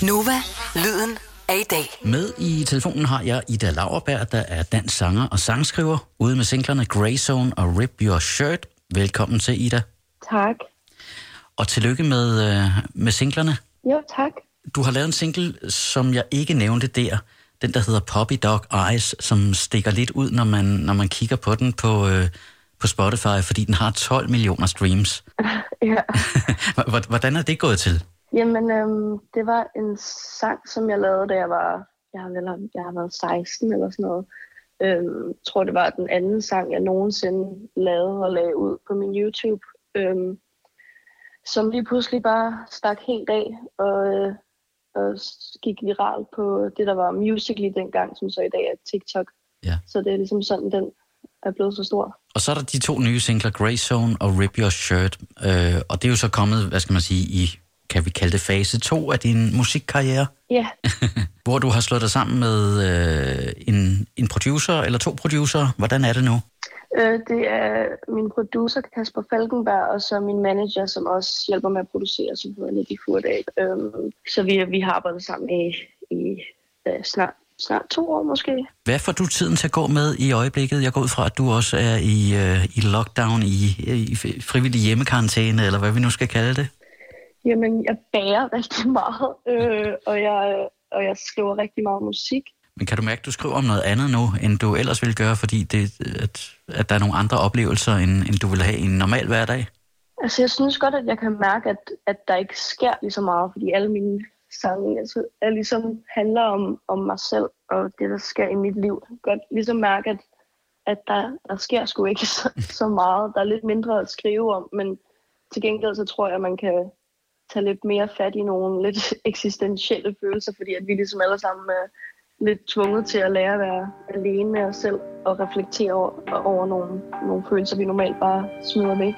Nova, lyden af i dag. Med i telefonen har jeg Ida Lauerberg, der er dansk sanger og sangskriver, ude med singlerne Grey Zone og Rip Your Shirt. Velkommen til, Ida. Tak. Og tillykke med singlerne. Jo, tak. Du har lavet en single, som jeg ikke nævnte der. Den, der hedder Puppy Dog Eyes, som stikker lidt ud, når man kigger på den på Spotify, fordi den har 12 millioner streams. Ja. Hvordan er det gået til? Jamen, det var en sang, som jeg lavede, da jeg har været 16 eller sådan noget. Jeg tror, det var den anden sang, jeg nogensinde lavede og lagde ud på min YouTube. Som lige pludselig bare stak helt af og gik viralt på det, der var Musical.ly dengang, som så i dag er TikTok. Ja. Så det er ligesom sådan, den er blevet så stor. Og så er der de to nye singler, Grey Zone og Rip Your Shirt. Og det er jo så kommet, hvad skal man sige, kan vi kalde det fase 2 af din musikkarriere? Ja. Hvor du har slået dig sammen med en producer eller to producer. Hvordan er det nu? Det er min producer, Kasper Falkenberg, og så min manager, som også hjælper med at producere, som hedder Nicky Furdag. Så vi har arbejdet sammen i snart 2 år måske. Hvad får du tiden til at gå med i øjeblikket? Jeg går ud fra, at du også er i lockdown, i frivillig hjemmekarantæne, eller hvad vi nu skal kalde det. Jamen, jeg bager rigtig meget, og jeg skriver rigtig meget musik. Men kan du mærke, at du skriver om noget andet nu, end du ellers ville gøre, fordi at der er nogle andre oplevelser, end du ville have i en normal hverdag? Altså, jeg synes godt, at jeg kan mærke, at der ikke sker lige så meget, fordi alle mine sange ligesom handler om mig selv og det, der sker i mit liv. Jeg kan godt ligesom mærke, at der sker sgu ikke så meget. Der er lidt mindre at skrive om, men til gengæld så tror jeg, at man kan tage lidt mere fat i nogle lidt eksistentielle følelser, fordi at vi ligesom alle sammen er lidt tvunget til at lære at være alene med os selv og reflektere over nogle følelser, vi normalt bare smider væk.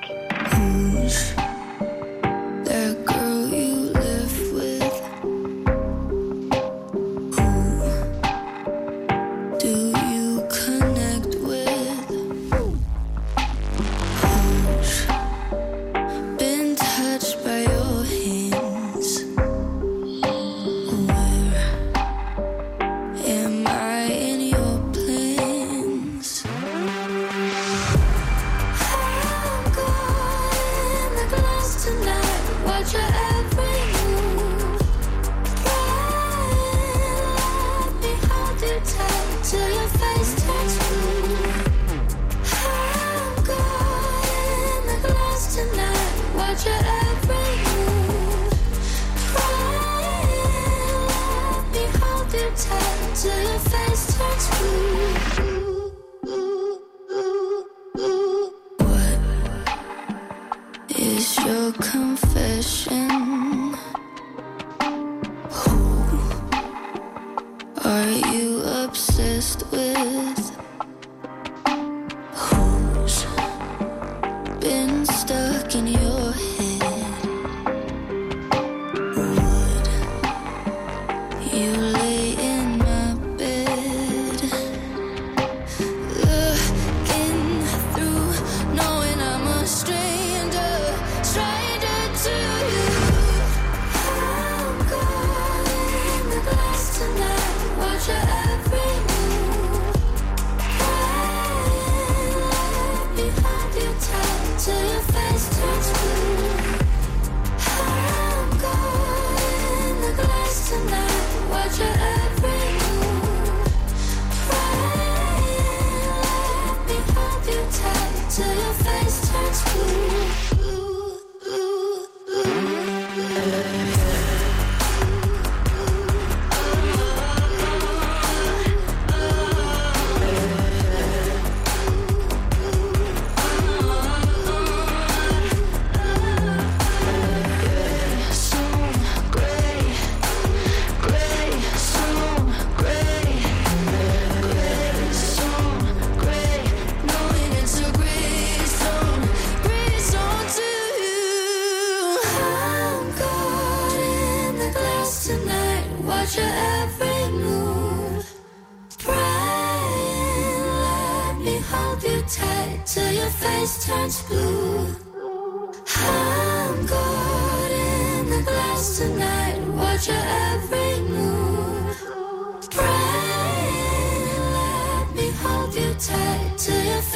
Till your face turns blue. I'm caught in the glass tonight. Watch your every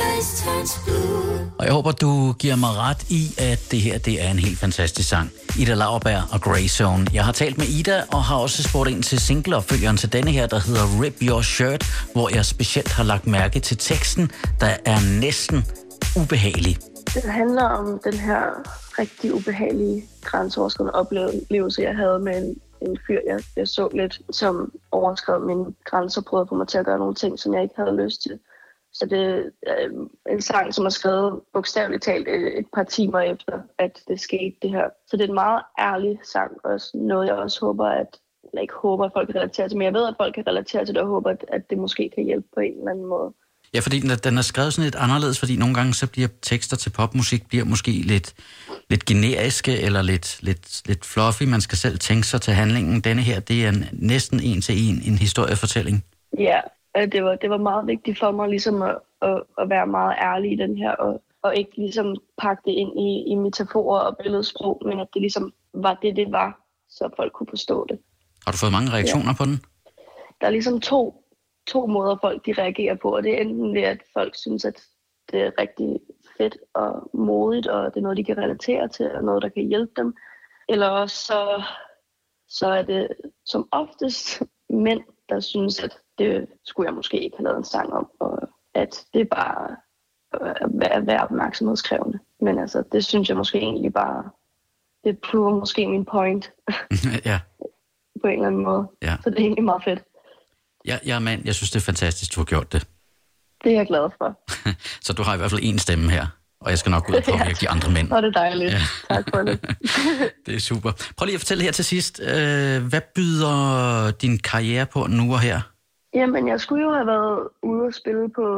face turns blue. Og jeg håber, du giver mig ret i, at det her det er en helt fantastisk sang. Ida Lauerberg og Grey Zone. Jeg har talt med Ida og har også spurgt ind til singleopfølgeren til denne her, der hedder Rip Your Shirt, hvor jeg specielt har lagt mærke til teksten, der er næsten ubehagelig. Det handler om den her rigtig ubehagelige grænseoverskridende oplevelse, jeg havde med en fyr, jeg så lidt, som overskred mine grænser og prøvede på mig til at gøre nogle ting, som jeg ikke havde lyst til. Så det er en sang, som er skrevet bogstaveligt talt et par timer efter, at det skete det her. Så det er en meget ærlig sang, og noget jeg også håber, at folk kan relatere til, men jeg ved, at folk kan relatere til det, og håber, at det måske kan hjælpe på en eller anden måde. Ja, fordi den er skrevet sådan lidt anderledes, fordi nogle gange så bliver tekster til popmusik måske lidt generiske eller lidt fluffy. Man skal selv tænke sig til handlingen. Denne her, det er næsten en til en historiefortælling. Ja, det var meget vigtigt for mig ligesom at være meget ærlig i den her, og ikke ligesom pakke det ind i metaforer og billedsprog, men at det ligesom var det var, så folk kunne forstå det. Har du fået mange reaktioner på den? Der er ligesom to måder, folk de reagerer på, og det er enten det, at folk synes, at det er rigtig fedt og modigt, og det er noget, de kan relatere til, og noget, der kan hjælpe dem. Eller også så er det som oftest mænd, der synes, at det skulle jeg måske ikke have lavet en sang om, og at det bare er være opmærksomhedskrævende. Men altså, det synes jeg måske egentlig bare, det prover måske min point. Ja. På en eller anden måde. Ja. Så det er egentlig meget fedt. Ja, mand, jeg synes, det er fantastisk, du har gjort det. Det er jeg glad for. Så du har i hvert fald en stemme her, og jeg skal nok gå ud og påvirke de andre mænd. Og det er dejligt. Ja. Tak for det. Det er super. Prøv lige at fortælle her til sidst, hvad byder din karriere på nu og her? Jamen, jeg skulle jo have været ude og spille på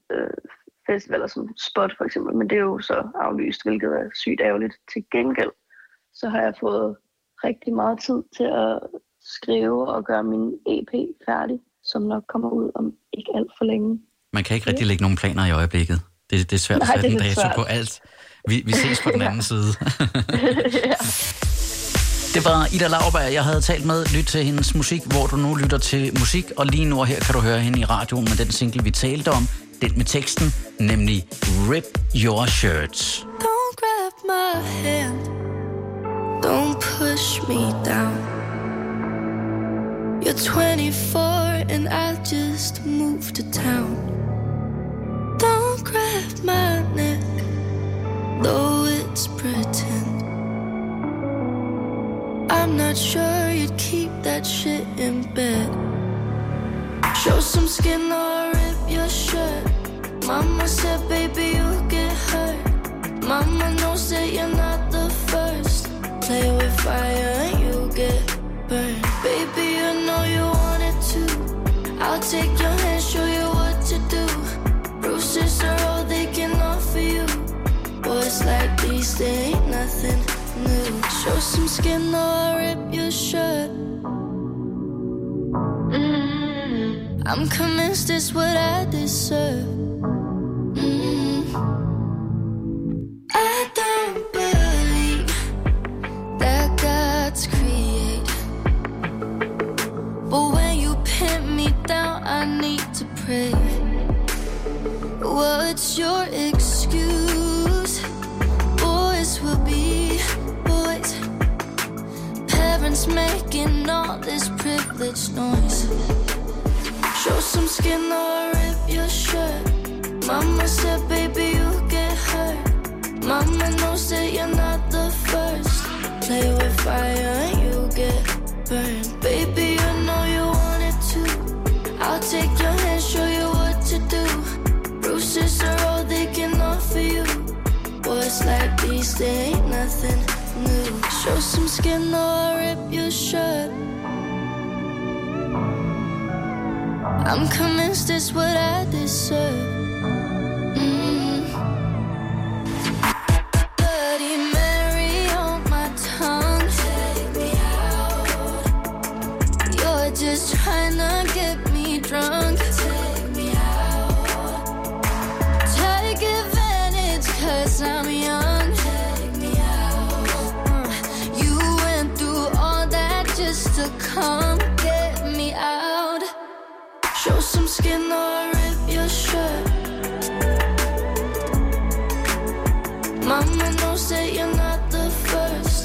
festivaler som Spot for eksempel, men det er jo så aflyst, hvilket er sygt ærgerligt. Til gengæld, så har jeg fået rigtig meget tid til at skrive og gøre min EP færdig, som nok kommer ud om ikke alt for længe. Man kan ikke rigtig lægge nogen planer i øjeblikket. Det er svært at sætte en dato på alt. Vi ses på den anden side. Ja. Det var Ida Lauerberg, jeg havde talt med. Lyt til hendes musik, hvor du nu lytter til musik. Og lige nu her kan du høre hende i radioen med den single, vi talte om. Den med teksten, nemlig Rip Your Shirts. Don't grab my hand. Don't push me down. You're 24 and I just moved to town. Don't grab my neck, though it's pretend. I'm not sure you'd keep that shit in bed. Show some skin or rip your shirt. Mama said, baby, you'll get hurt. Mama knows that you're not the first. Play with fire and you'll get burned. Baby, you know you want it too. I'll take your hand, show you what to do. Bruises are all they can offer you. Boys like these, they ain't nothing new. Show some skin or rip your shirt. I'm convinced it's what I deserve. I don't believe that God's created, but when you pin me down, I need to pray. What's your excuse? Boys will be boys. Parents making all this privileged noise. Show some skin or rip your shirt. Mama said, baby, you'll get hurt. Mama knows that you're not the first. Play with fire and you'll get burned. Baby, you know you want it too. I'll take your hand, show you what to do. Bruises are all they can offer you. Boys like these, they ain't nothing new. Show some skin or rip your shirt. I'm convinced it's what I deserve. Bloody Mary on my tongue. Take me out. You're just trying to get me drunk. Take me out. Take advantage 'cause I'm young. Take me out. You went through all that just to come get me out. Show some skin or rip your shirt. Mama knows that you're not the first.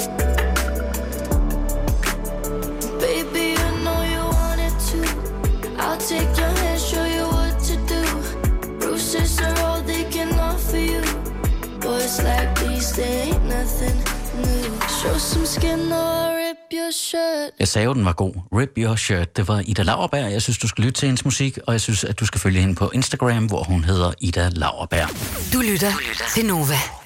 Baby, you know you want it too. I'll take your hand, show you what to do. Bruises are all they can offer you. Boys like these, they ain't nothing new. Show some skin or rip your shirt. Jeg sagde jo, den var god. Rip Your Shirt. Det var Ida Lauerberg. Jeg synes, du skal lytte til hendes musik, og jeg synes, at du skal følge hende på Instagram, hvor hun hedder Ida Lauerberg. Du lytter til Nova.